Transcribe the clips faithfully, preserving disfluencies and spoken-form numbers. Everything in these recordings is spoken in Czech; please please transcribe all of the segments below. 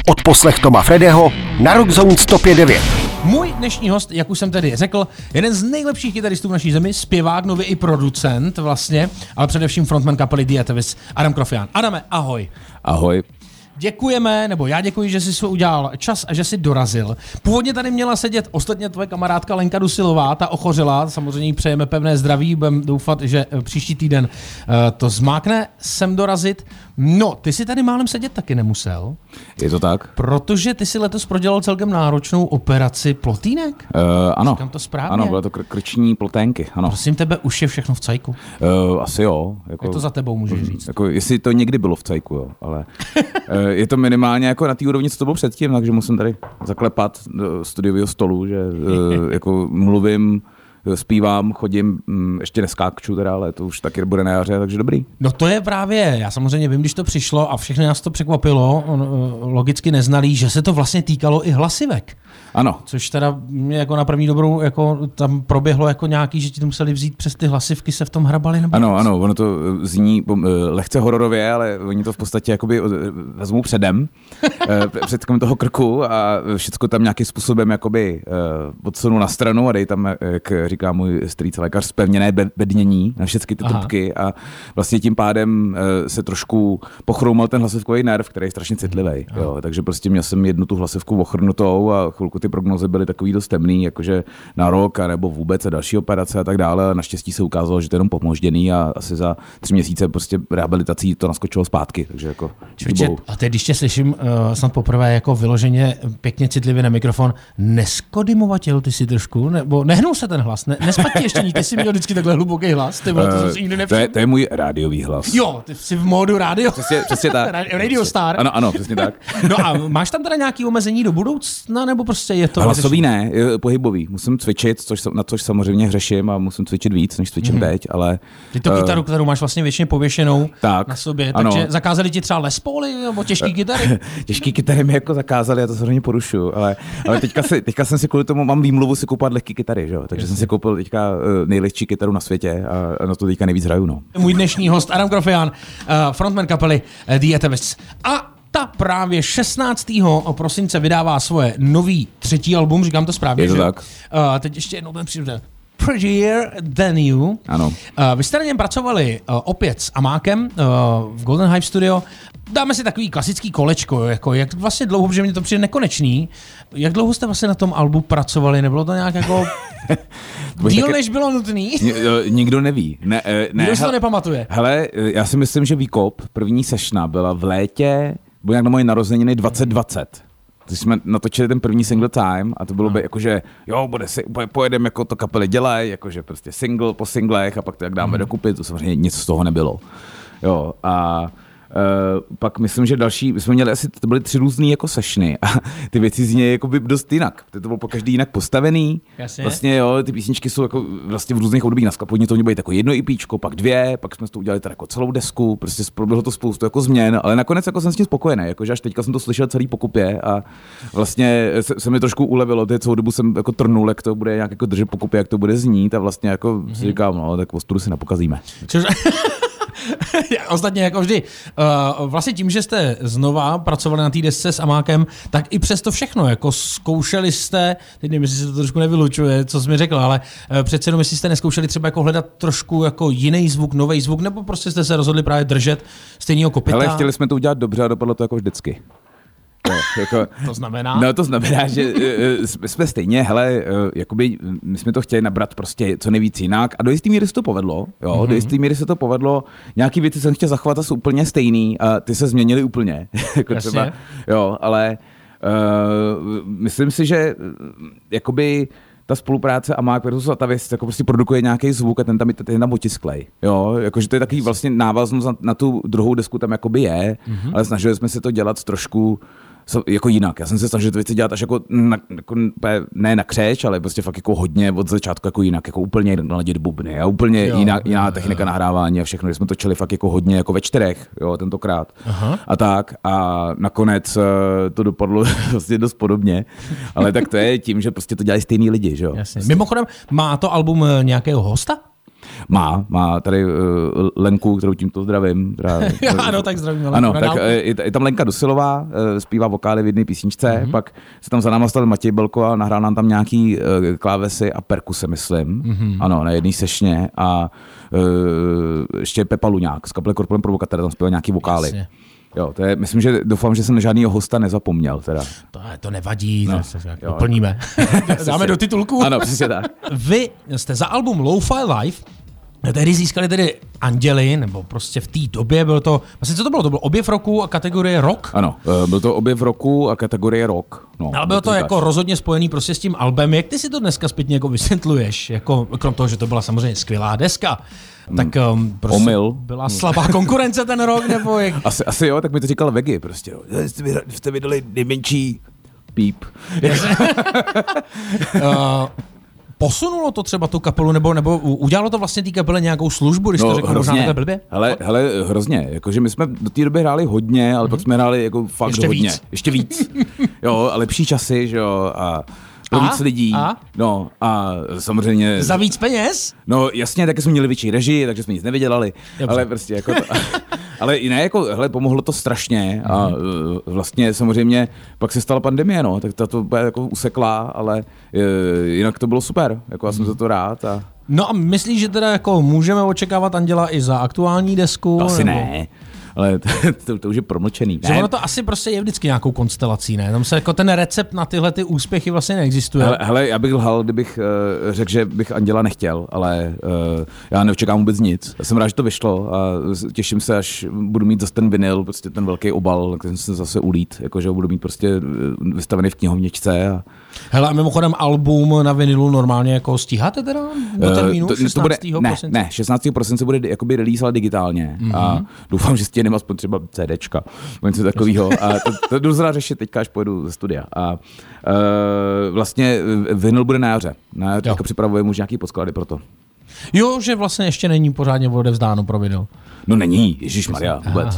Odposlech Toma Fredeho na Rock Zone sto pět devět. Můj dnešní host, jak už jsem tedy řekl, jeden z nejlepších kytaristů v naší zemi, zpěvák, nově i producent vlastně, ale především frontman kapely The Atavists, Adam Krofián. Adame, ahoj. Ahoj. Děkujeme, nebo já děkuji, že jsi udělal čas a že jsi dorazil. Původně tady měla sedět ostatně tvoje kamarádka Lenka Dusilová, ta ochořela, samozřejmě jí přejeme pevné zdraví, budeme doufat, že příští týden uh, to zmákne sem dorazit. No, ty si tady málem sedět taky nemusel. Je to tak? Protože ty si letos prodělal celkem náročnou operaci plotýnek? Uh, ano. Říkám to správně? Ano, byly to kr- krční ploténky, ano. Prosím tebe, už je všechno v cajku? Uh, asi jo. Jako, Jak to za tebou můžeš říct? Jako, jestli to někdy bylo v cajku, jo, ale uh, je to minimálně jako na té úrovni, co to bylo předtím, takže musím tady zaklepat do studiového stolu, že uh, jako mluvím, zpívám, chodím, ještě neskákču teda, ale to už taky bude na jaře, takže dobrý. No to je právě, já samozřejmě vím, když to přišlo a všechny nás to překvapilo, on, logicky neznalý, že se to vlastně týkalo i hlasivek. Ano. Což teda mě jako na první dobrou, jako tam proběhlo jako nějaký, že ti to museli vzít přes ty hlasivky, se v tom hrabali nebo Ano, ano, ono to zní lehce hororově, ale oni to v podstatě jakoby vezmou předem, před toho krku a všecko tam nějakým způsobem jakoby odsunou na stranu a dej tam, jak říká můj strýc lékař, zpevněné bednění na všechny ty trubky a vlastně tím pádem se trošku pochroumal ten hlasivkový nerv, který je strašně citlivý. Jo, takže prostě měl jsem jednu tu hlasivku ochrnutou a chvilku ty prognozy byly takový dost temný, jakože na rok a nebo vůbec a další operace a tak dále. A naštěstí se ukázalo, že to je jenom pomožděný a asi za tři měsíce prostě rehabilitací to naskočilo zpátky. Takže jako Čuče, a teď, když tě slyším uh, snad poprvé jako vyloženě pěkně citlivě na mikrofon, neskodimovatěl ty si trošku, nebo nehnul se ten hlas, ne, nespatí ještě ní, ty jsi měl vždycky takhle hluboký hlas, ty vole, to jsem si nikdy nevšiml. To je, to je můj rádiový hlas. Jo, ty jsi v módu rádio. Přesně, přesně tak. Radio Star. Ano, ano, přesně tak. No a máš tam teda nějaké omezení do budoucna, nebo prostě je to... Hlasový ne, pohybový. Musím cvičit, což, na což samozřejmě hřeším a musím cvičit víc, než cvičím mm-hmm. teď, ale... Ty to kytaru, uh, kterou máš vlastně většině pověšenou tak, na sobě, ano. Takže zakázali ti třeba Les Pauly nebo těžký kytary? Těžký kytary mi jako zakázali, já to samozřejmě porušuju, ale, ale teďka, si, teďka jsem si kvůli tomu, mám výmluvu si koupit lehký kytary, že? Takže Jasně. jsem si koupil teďka nejlehčí kytaru na světě a na to teďka nejvíc hraju. No. Můj dnešní host Adam Krofián, frontman kapely The Atavists. A ta právě šestnáctého prosince vydává svoje nový třetí album, říkám to správně, Je to že? tak. Uh, teď ještě jednou ten přijde. Prettier Than You. Ano. Uh, vy jste na něm pracovali uh, opět s Amákem uh, v Golden Hive Studio. Dáme si takový klasický kolečko, jako jak vlastně dlouho, protože mě to přijde nekonečný. Jak dlouho jste vlastně na tom albu pracovali? Nebylo to nějak jako díl, než bylo nutný? Nikdo neví. Ne, ne, Nikdo si to nepamatuje. Hele, já si myslím, že výkop, první sešna byla v létě, bylo nějak na moje narozeniny dvacet dvacet. Když jsme natočili ten první single Time a to bylo by jakože, jo, bude si, pojedeme jako to kapely dělají, jakože prostě single po singlech a pak to jak dáme mm. dokupy, to samozřejmě nic z toho nebylo. Jo, a Uh, pak myslím, že další, my jsme měli asi, to byly tři různý jako sešny a ty věci znějí jako by dost jinak. To bylo po každý jinak postavený. Jasně. Vlastně jo, ty písničky jsou jako vlastně v různých obdobích. Na původně to bylo jako jedno IPčko, pak dvě, pak jsme to udělali tady jako celou desku, prostě proběhlo to spoustu jako změn, ale nakonec jako jsem s tím spokojený, jakože až teďka jsem to slyšel celý pokupě a vlastně se, se mi trošku ulevilo, teď celou dobu jsem jako trnul, jak to bude nějak jako držet pokupě, jak to bude znít a vlastně jako mm-hmm. si říkám, no, tak ostudu si nepokazíme. Ostatně jako vždy, uh, vlastně tím, že jste znova pracovali na té desce s Amákem, tak i přes to všechno, jako zkoušeli jste, teď nevím, jestli se to trošku nevylučuje, co jsi mi řekl, ale uh, přece jenom, jestli jste neskoušeli třeba jako hledat trošku jako jiný zvuk, nový zvuk, nebo prostě jste se rozhodli právě držet stejného kopyta. Ale chtěli jsme to udělat dobře a dopadlo to jako vždycky. No, jako, to znamená? No to znamená, že uh, jsme stejně, hele, uh, jakoby my jsme to chtěli nabrat prostě co nejvíc jinak a do jistý míry se to povedlo, jo, mm-hmm. do jistý míry se to povedlo, nějaký věci jsem chtěl zachovat a jsou úplně stejný a ty se změnily úplně, jako třeba, jo, ale uh, myslím si, že jakoby ta spolupráce Amák versus Atavists jako prostě produkuje nějaký zvuk a ten tam, ten tam otisklej. Jo, jakože to je takový vlastně návaznost na, na tu druhou desku tam jakoby je, mm-hmm. ale snažili jsme se to dělat trošku jako jinak. Já jsem se snažil to věci dělat až jako, na, jako ne na křeč, ale prostě fakt jako hodně od začátku jako jinak, jako úplně naladit bubny a úplně jo, jiná, jiná technika jo. nahrávání a všechno. Když jsme točili fakt jako hodně jako ve čtyřech, jo, tentokrát. Aha. A tak a nakonec to dopadlo vlastně dost podobně, ale tak to je tím, že prostě to dělají stejný lidi, že jo. Mimochodem, má to album nějakého hosta? Má, má tady uh, Lenku, kterou tímto zdravím. Která, ano, tak zdravím. Ano, tak je, je tam Lenka Dusilová, uh, zpívá vokály v jedné písničce, mm-hmm. pak se tam za náma stal Matěj Belko a nahrál nám tam nějaký uh, klávesy a perkuse, myslím. Mm-hmm. Ano, na jedné sešně a uh, ještě Pepa Luňák z kapely Korpulent Provokatér tam zpíval nějaký vokály. Jasně. Jo, to je, myslím, že doufám, že jsem na žádnýho hosta nezapomněl. Teda. To, to nevadí, no, to se jo, doplníme. Dáme do titulku. Ano, přesně tak. Vy jste za album Lo-Fi Life tehdy získali tedy Anděli, nebo prostě v té době bylo to, vlastně co to bylo? To bylo objev roku a kategorie rock? Ano, byl to objev roku a kategorie rock. No, ale bylo to říkáš. Jako rozhodně spojený prostě s tím albem. Jak ty si to dneska zpětně jako vysvětluješ? Jako, krom toho, že to byla samozřejmě skvělá deska, tak um, prostě Omyl. Byla slabá konkurence ten rok, nebo jak? Asi, asi jo, tak mi to říkal Vegy prostě. Jo. Jste vydali nejmenší píp. uh, Posunulo to třeba tu kapelu, nebo, nebo udělalo to vlastně té kapele nějakou službu, když no, to řekl možná takhle blbě? Hele, hele, hrozně, jakože my jsme do té doby hráli hodně, ale mm-hmm. pak jsme hráli jako fakt Ještě hodně. Víc. Ještě víc. Jo, a lepší časy, že jo, a pro víc lidí. A? No a samozřejmě... Za víc peněz? No jasně, taky jsme měli větší režii, takže jsme nic nevydělali, dobře. Ale prostě jako to... Ale i ne, jako, hele, pomohlo to strašně a mm. vlastně samozřejmě pak se stala pandemie, no, tak ta to jako usekla, ale jinak to bylo super, jako já jsem za to rád. A... No a myslíš, že teda jako můžeme očekávat Anděla i za aktuální desku? To asi nebo... ne. Ale to, to, to už je promlčený. Že ono to asi prostě je vždycky nějakou konstelací, ne? Tam se jako ten recept na tyhle ty úspěchy vlastně neexistuje. Hele, hele já bych lhal, kdybych uh, řekl, že bych Anděla nechtěl, ale uh, já neočekám vůbec nic. Já jsem rád, že to vyšlo a těším se, až budu mít zase ten vinyl, prostě ten velký obal, který se zase ulít, jakože budu mít prostě vystavený v knihovničce. A... Hele, a mimochodem album na vinilu normálně jako stíháte teda do termínu? Uh, to, to bude, ne, prosince? ne, šestnáctého prosince bude jakoby release, ale digitálně. Mm-hmm. A doufám, že stihnem aspoň třeba CDčka, něco takového. A to, to jdu zra řešit teďka, až pojedu ze studia. A uh, vlastně vinyl bude na jaře. Na jaře připravujeme už nějaký podklady pro to. Jo, že vlastně ještě není pořádně odevzdáno pro vinyl. No není, ježišmarja, vůbec.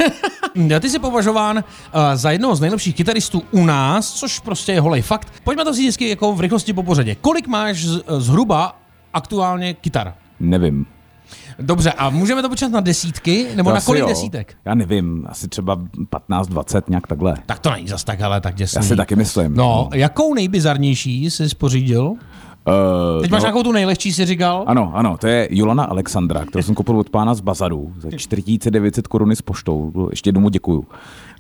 Ty jsi považován uh, za jednoho z nejlepších kytaristů u nás, což prostě je holej fakt. Pojďme to vzít vždycky jako v rychlosti po pořadě. Kolik máš z, zhruba aktuálně kytar? Nevím. Dobře, a můžeme to počítat na desítky, nebo to na kolik jo. desítek? Já nevím, asi třeba patnáct dvacet, nějak takhle. Tak to není zas tak, ale tak děsný. Já si taky myslím. No, no. Jakou nejbizarnější jsi spořídil? Uh, Teď máš no, nějakou tu nejlehčí, jsi říkal? Ano, ano, to je Jolana Alexandra, kterou jsem koupil od pána z Bazaru za čtyři tisíce devět set koruny s poštou. Ještě jednou děkuju. Uh,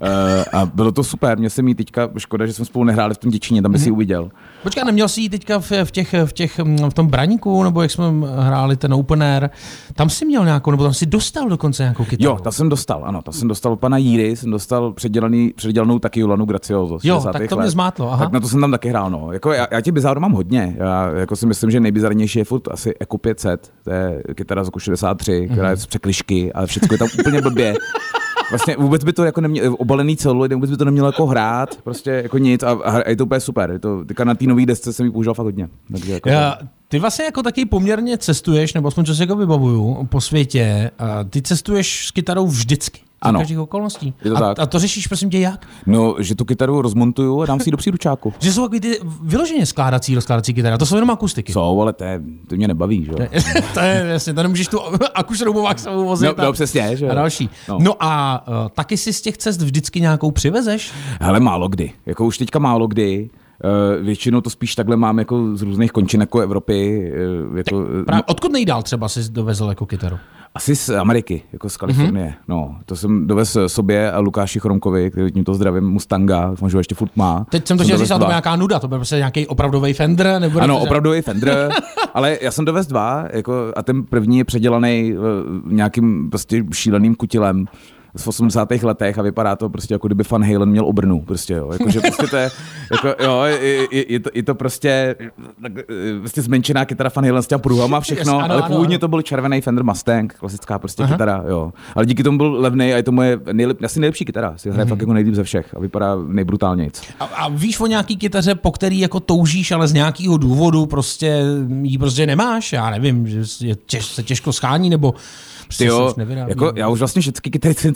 a bylo to super, měl jsem jí teďka, škoda, že jsme spolu nehráli v tom Děčíně, tam by si ji uviděl. Počkej, neměl jsi ji teďka v, v, těch, v, těch, v tom Braníku, nebo jak jsme hráli ten open air, tam jsi měl nějakou, nebo tam jsi dostal dokonce nějakou kytaru? Jo, ta jsem dostal, ano, ta jsem dostal od pana Jíry, jsem dostal předělaný, předělanou taky Jolanu Gracioso. Jo, tak to let. mě zmátlo, aha. Tak na to jsem tam taky hrál, no. Jako já, já těch bizáru mám hodně, já jako si myslím, že nejbizarnější je furt asi Eco pět set, to je kytara z roku šedesát tři, která je z překližky, ale všechno je tam úplně blbě. Vlastně vůbec by to jako nemělo, obalený celuloid, vůbec by to nemělo jako hrát, prostě jako nic a, a je to úplně super. Je to, teďka na té nový desce jsem ji použil fakt hodně. Takže jako Já, ty vlastně jako taky poměrně cestuješ, nebo aspoň co si jako vybavuju po světě, a ty cestuješ s kytarou vždycky. Za každých okolností. A, a to řešíš, prosím tě, jak? No, že tu kytaru rozmontuju a dám si ji do příručáku. Že jsou takový ty vyloženě skládací, rozkládací kytary, to jsou jenom akustiky. Jsou, ale to, je, to mě nebaví, že jo? To je jasně, to nemůžeš tu akušroubovák sebou vozit. No, no přesně, že jo. A další. No, no a uh, taky si z těch cest vždycky nějakou přivezeš? Hele, málo kdy. Jako už teďka málo kdy. Uh, většinou to spíš takhle mám jako z různých končin jako Evropy. Uh, jako, právě, odkud nejdál třeba jsi dovezl jako kytaru? Asi z Ameriky, jako z Kalifornie. Mm-hmm. No, to jsem dovezl sobě a Lukáši Chromkovi, který tímto zdravím, Mustanga, možná ještě furt má. Teď jsem to chtěl říct, ale to byla nějaká nuda, to byl prostě nějaký opravdový Fender? Nebo ano, opravdový Fender, ale já jsem dovezl dva, jako, a ten první je předělaný uh, nějakým prostě šíleným kutilem v osmdesátých letech a vypadá to prostě jako kdyby Van Halen měl obrnu, prostě jo, jakože prostě to je, jako, jo, je, je, je, to, je to prostě, prostě zmenšená kytara Van Halen s těma pruhama všechno, yes, ano, ale původně ano. To byl červený Fender Mustang, klasická prostě Aha. kytara, jo, ale díky tomu byl levnej a je to moje nejlep, asi nejlepší kytara, si hraje mm-hmm. fakt jako nejlíp ze všech a vypadá nejbrutálnějc. A, a víš o nějaký kytaře, po který jako toužíš, ale z nějakého důvodu prostě jí prostě nemáš, já nevím, že je těž, se těžko schání, nebo Ty jo, jako já už vlastně všechny kytary,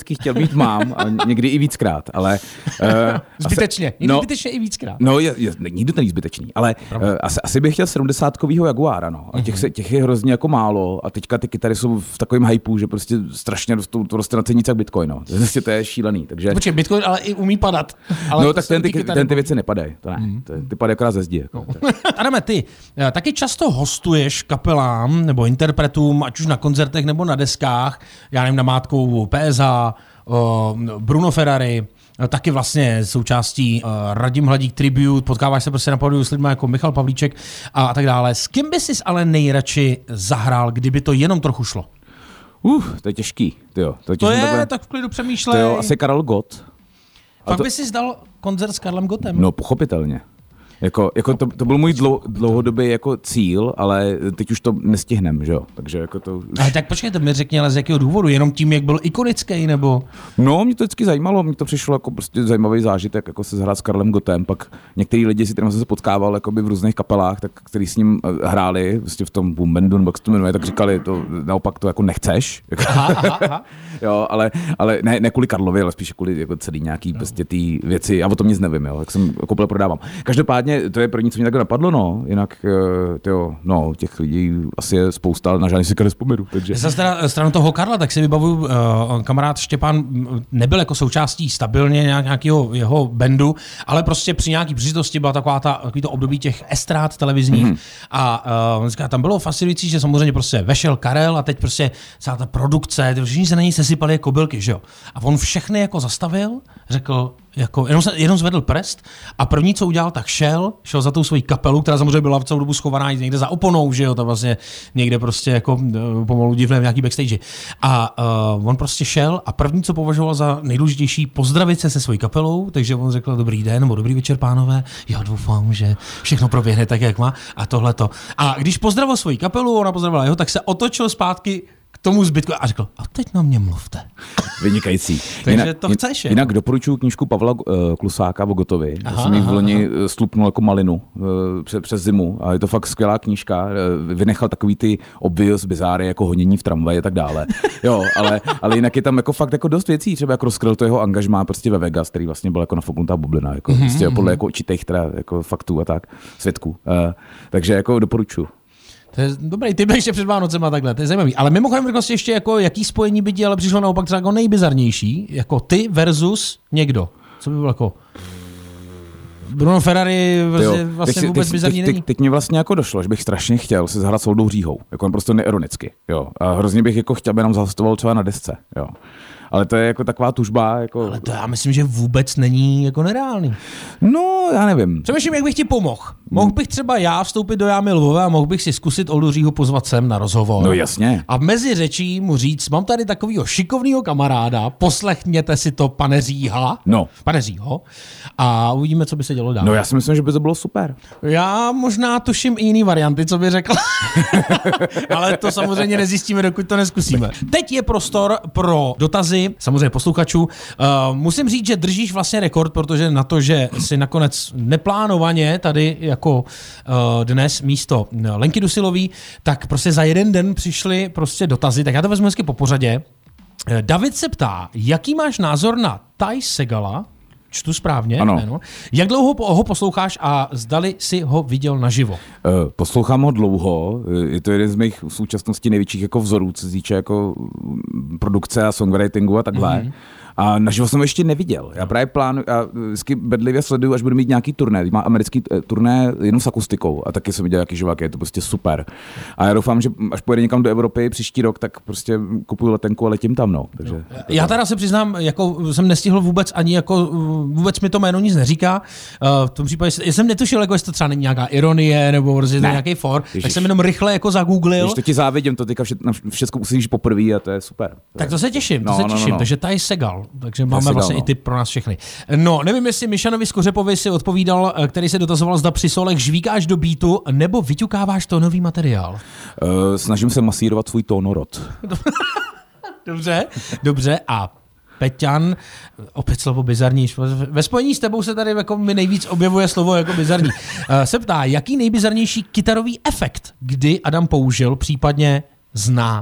vždycky chtěl být mám a někdy i víckrát, ale... Uh, zbytečně, někdy no, zbytečně i víckrát. No, je, je, nikdy to není zbytečný, ale uh, asi, asi bych chtěl sedmdesátkovýho Jaguara, no. A těch, se, těch je hrozně jako málo a teďka ty kytary jsou v takovém hypeu, že prostě strašně rostou, to roste na ceníce jak Bitcoin, no. Vlastně to je šílený, takže... Počkej, Bitcoin ale i umí padat. Ale no, tak ten ty, ten ty věci nepadají, to ne, mm. ty padají akorát ze zdi. Jako. No. Adame, ty taky často hostuješ kapelám nebo interpretům, ať už na koncertech nebo na deskách, já nevím, namátkou P S H, Bruno Ferrari, taky vlastně součástí Radim Hladík Tribute, potkáváš se prostě na pódiu s lidmi jako Michal Pavlíček a tak dále. S kým by sis ale nejradši zahrál, kdyby to jenom trochu šlo? Uh, to je těžký, tyjo. To je, to je takhle... tak v klidu přemýšlej. To jo, asi Karel Gott. Pak to... by si dal koncert s Karlem Gottem. No, pochopitelně. Jako, jako to, to byl můj dlou, dlouhodobý jako cíl, ale teď už to nestihnem, že jo? Takže jako to už... Ale tak počkej, to mi řekni, ale z jakého důvodu? Jenom tím, jak byl ikonický, nebo? No, mě to vždycky zajímalo, mě to přišlo jako prostě zajímavý zážitek, jako se zahrát s Karlem Gottem, pak některý lidi, si kterým jsem se potkával jakoby v různých kapelách, tak který s ním hráli, prostě v tom Boom Bandu, nebo jak se to jmenuje, tak říkali, to naopak to jako nechceš. Aha, aha, aha. Jo, ale, ale ne, ne kvůli Karlovi, ale spíš kvůli jako celý nějaký no. prostě ty věci, já o tom nic nevím, jo, jak jsem koupil prodávám. Každopádně to je pro nic, co mě takhle napadlo, no, jinak tyjo, no, těch lidí asi je spousta, ale na žádný si nespomenu. Takže... Za stranu toho Karla, tak si vybavuju, uh, kamarád Štěpán nebyl jako součástí stabilně nějak, nějakého jeho bandu, ale prostě při nějaký příležitosti byla taková ta, takový to období těch estrád televizních mm-hmm. a uh, říká, tam bylo fascinující, že samozřejmě prostě vešel Karel a teď prostě celá ta produkce, všichni se na něj sesypali jako kobylky, že jo. A on všechny jako zastavil, řekl, jako, jenom, se, jenom zvedl prst a první, co udělal, tak šel, šel za tou svojí kapelu, která samozřejmě byla v celou dobu schovaná někde za oponou, že jo, to vlastně někde prostě jako pomalu divné v nějaký backstage. A uh, on prostě šel a první, co považoval za nejdůležitější, pozdravit se se svojí kapelou, takže on řekl dobrý den nebo dobrý večer, pánové, já doufám, že všechno proběhne tak, jak má a tohleto. A když pozdravil svoji kapelu, ona pozdravila jeho, tak se otočil zpátky k tomu zbytku a řekl, a teď na mě mluvte. Vynikající. Takže jinak, to chceš, je? Jinak doporučuji knížku Pavla uh, Klusáka o Gotovi. Já jsem ji v loni slupnul jako malinu uh, přes, přes zimu a je to fakt skvělá knížka. Uh, vynechal takový ty obvious bizáry jako honění v tramvaji a tak dále. Jo, ale, ale jinak je tam jako fakt jako dost věcí, třeba jako rozkryl to jeho angažmá prostě ve Vegas, který vlastně byl jako nafoknutá bublina, jako mm-hmm. prostě podle jako určitých teda jako faktů a tak, svědků. Uh, takže jako doporučuji. To je dobrý, ty ještě před Vánocema takhle, to je zajímavý. Ale mimochodem prostě ještě jako jaký spojení by ti ale přišlo naopak třeba jako nejbizarnější, jako ty versus někdo. Co by bylo jako Bruno Ferrari vlastně, vlastně teď, vůbec teď, bizarní teď, není. Teď, teď mě vlastně jako došlo, že bych strašně chtěl si zahrát s Oldou Říhou, jako prostě neironicky, jo. A hrozně bych jako chtěl, aby nám zahostoval třeba na desce, jo. Ale to je jako taková tužba. Jako... Ale to já myslím, že vůbec není jako nereálný. No, já nevím. Přemýšlím, jak bych ti pomohl. Mohl bych třeba já vstoupit do Jámy Lvové a mohl bych si zkusit Oldu Říhu pozvat sem na rozhovor. No jasně. A mezi řečí mu říct, mám tady takovýho šikovného kamaráda, poslechněte si to, pane Říha. No. Pane Řího. A uvidíme, co by se dělo dál. No já si myslím, že by to bylo super. Já možná tuším i jiný varianty, co by řekl. Ale to samozřejmě nezjistíme, dokud to neskusíme. Teď je prostor pro dotazy samozřejmě posluchačů. Uh, musím říct, že držíš vlastně rekord, protože na to, že si nakonec neplánovaně tady jako uh, dnes místo Lenky Dusilový, tak prostě za jeden den přišly prostě dotazy, tak já to vezmu hezky po pořadě. David se ptá, jaký máš názor na Ty Segala, čtu správně, ano. Jméno. Jak dlouho ho posloucháš a zdali si ho viděl naživo? Uh, poslouchám ho dlouho, je to jeden z mých v současnosti největších jako vzorů, co se týče jako produkce a songwritingu a takhle. Mm-hmm. A naživo jsem ho ještě neviděl. Já právě plánuji, já vždycky bedlivě sleduju, až budu mít nějaký turné. Má americký turné jenom s akustikou a taky jsem viděl, jaký živák je to prostě super. A já doufám, že až pojede někam do Evropy příští rok, tak prostě kupuju letenku a letím tam, no. Takže, no. Já teda se přiznám, jako jsem nestihl vůbec ani jako, vůbec mi to jméno nic neříká. Uh, v tom případě jsem netušil, jako jestli to třeba není nějaká ironie nebo prostě ne. nějaký for, Ježiš. Tak jsem jenom rychle jako zagooglil. Když to ti závidím, to teďka vše, všechno musíš poprvé a to je super. To tak to se těším, to no, se no, těším. No, no. Takže Ty Segal. Takže máme vlastně no. i tip pro nás všechny. No, nevím, jestli Mišanovi Skořepovi si odpovídal, který se dotazoval, zda při solech žvíkáš do beatu, nebo vyťukáváš tónový materiál. Uh, snažím se masírovat svůj tónorod. Dobře, dobře. A Peťan, opět slovo bizarní. Ve spojení s tebou se tady jako mi nejvíc objevuje slovo jako bizarní. Uh, se ptá, jaký nejbizarnější kytarový efekt, kdy Adam použil, případně zná?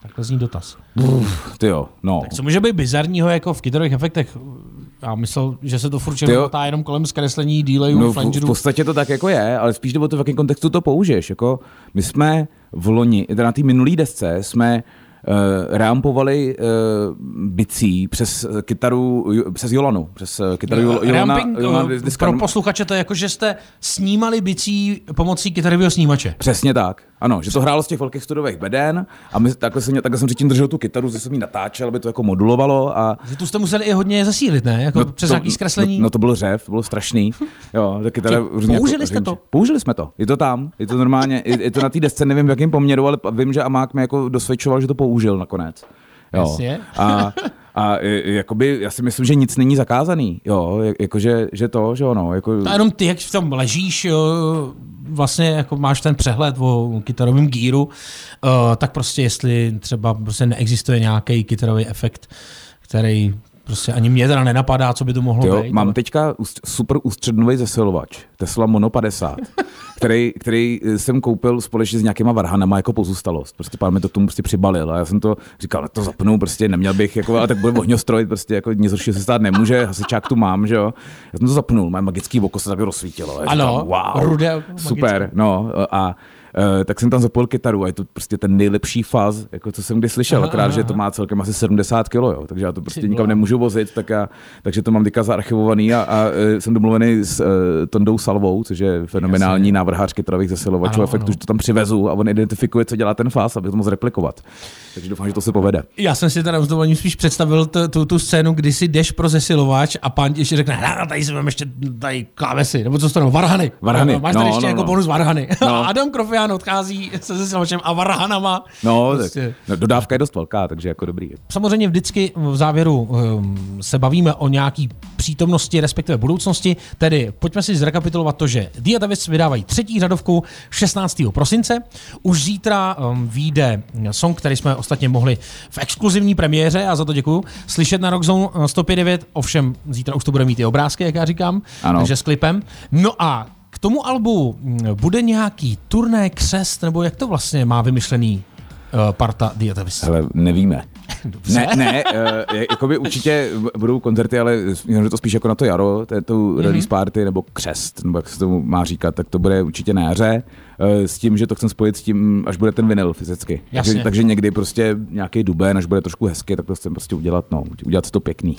Takhle zní dotaz. Ty jo, no. Tak co může být bizarního jako v kytarových efektech? Já myslel, že se to furt čerpá jenom kolem zkreslení, delayů, no, flangerů. V podstatě to tak jako je, ale spíš jde o to, v jakém kontextu to použiješ. Jako my jsme v loni, teda na té minulý desce, jsme Uh, rampovali uh, bicí přes kytaru, přes Jolanu, přes kytaru Jol, Jolana. Ramping, Jolana uh, pro posluchače to je jako, že jste snímali bicí pomocí kytarového snímače. Přesně tak, ano, že to hrálo z těch velkých studových beden a my, takhle, jsem, takhle jsem předtím držel tu kytaru, že jsem ji natáčel, aby to jako modulovalo. A že tu jste museli i hodně zesílit, ne? Jako no přes to, nějaký zkreslení? No, no to byl řev, to bylo strašný. Jo, ta kytara, použili jako, jste to? Použili jsme to, je to tam, je to normálně, je, je to na té desce, nevím v jakém poměru, ale vím, že Amák mi jako dosvědčoval, že to použil nakonec. Jo. A, a jakoby, já si myslím, že nic není zakázaný, jo, jakože, že to, že ono, jako... A jenom ty, jak v tom ležíš, jo, vlastně jako máš ten přehled o kytarovém gíru, uh, tak prostě jestli třeba prostě neexistuje nějaký kytarový efekt, který prostě ani mě teda nenapadá, co by to mohlo jo, být. Mám ale... teďka super ústřednový zesilovač, Tesla Mono padesát, který, který jsem koupil společně s nějakýma varhanama jako pozůstalost. Prostě pán mi to k tomu prostě přibalil a já jsem to říkal, to zapnu, prostě neměl bych, jako, ale tak bude ohňostroj, prostě jako nic horšího se stát nemůže, hasičák tu mám, že jo. Já jsem to zapnul, moje magický oko se tak rozsvítilo. Ano, říkám, wow, rudé, super, magické. No a Uh, tak jsem tam zapojil kytaru a je to prostě ten nejlepší faz, jako co jsem kdy slyšel, aha, akorát, aha. že to má celkem asi sedmdesát kilo, jo, takže já to prostě nikam nemůžu vozit, tak já, takže to mám teďka zaarchivovaný a, a uh, jsem domluvený s uh, Tondou Salvou, což je fenomenální návrhář kytarových zesilovačů efektů, že to tam přivezu a on identifikuje, co dělá ten faz, aby to mohl replikovat. Takže doufám, že to se povede. Já jsem si teda s dovolením spíš představil t- tu, tu scénu, kdy si jdeš pro zesilovač a pán ti ještě řekne, hleda, tady si mám ještě tady klávesy, nebo co to nebo varhany. Varhany. Máš tady no, ještě no, jako no. bonus varhany. No. Adam Krofián odchází se zesilovačem a varhanama. No, prostě. tak, no, dodávka je dost velká, takže jako dobrý. Samozřejmě vždycky v závěru um, se bavíme o nějaký přítomnosti, respektive budoucnosti, tedy pojďme si zrekapitulovat to, že The Atavists vydávají třetí řadovku šestnáctého prosince. Už zítra um, vyjde song, který jsme ostatně mohli v exkluzivní premiéře, a za to děkuju, slyšet na Rockzone sto pět devět, ovšem zítra už to bude mít i obrázky, jak já říkám, ano. Takže s klipem. No a k tomu albu bude nějaký turné, křest, nebo jak to vlastně má vymyšlený uh, parta The Atavists? Hele, nevíme. Ne, ne, uh, jakoby určitě budou koncerty, ale je to spíš jako na to jaro, to je tu mm-hmm. release party nebo křest, nebo jak se to má říkat, tak to bude určitě na jaře, uh, s tím, že to chcem spojit s tím, až bude ten vinyl fyzicky. Takže, takže někdy prostě nějaký duben, až bude trošku hezky, tak to chcem prostě udělat, no, udělat to pěkný.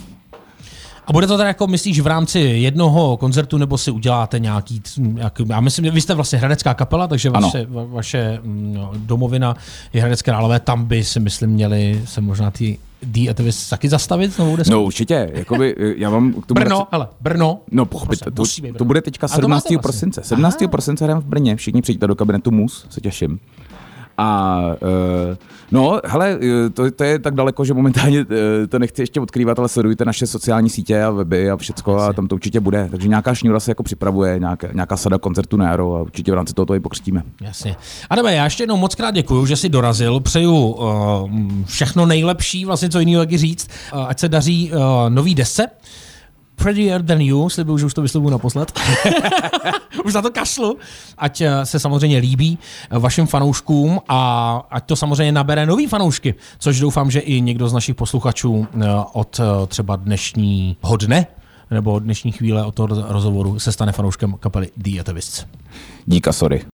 A bude to teda jako, myslíš, v rámci jednoho koncertu, nebo si uděláte nějaký, jak, já myslím, vy jste vlastně hradecká kapela, takže vaše, va, vaše no, domovina je Hradec Králové, tam by si myslím měli se možná ty The Atavists taky zastavit novou desku? No určitě, jakoby já mám k tomu... Brno, hele, Brno. No pochopit, to, to bude teďka sedmnáctého prosince. sedmnáctého prosince hrám v Brně, všichni přijďte do kabinetu Mus, se těším. A uh, no, hele, to, to je tak daleko, že momentálně uh, to nechci ještě odkrývat, ale sledujte naše sociální sítě a weby a všecko a tam to určitě bude. Takže nějaká šňůra se jako připravuje, nějaká, nějaká sada koncertu na jaro a určitě v rámci toho to i pokřtíme. Jasně. Adame, já ještě jednou moc krát děkuju, že jsi dorazil. Přeju uh, všechno nejlepší, vlastně co jiného taky říct. Uh, ať se daří uh, nový desce. Prettier Than You, slibuju, že už to vyslovuju naposled. Už za to kašlu. Ať se samozřejmě líbí vašim fanouškům a ať to samozřejmě nabere nový fanoušky, což doufám, že i někdo z našich posluchačů od třeba dnešního dne nebo od dnešní chvíle od toho rozhovoru se stane fanouškem kapely The Atavists. Díka, sorry.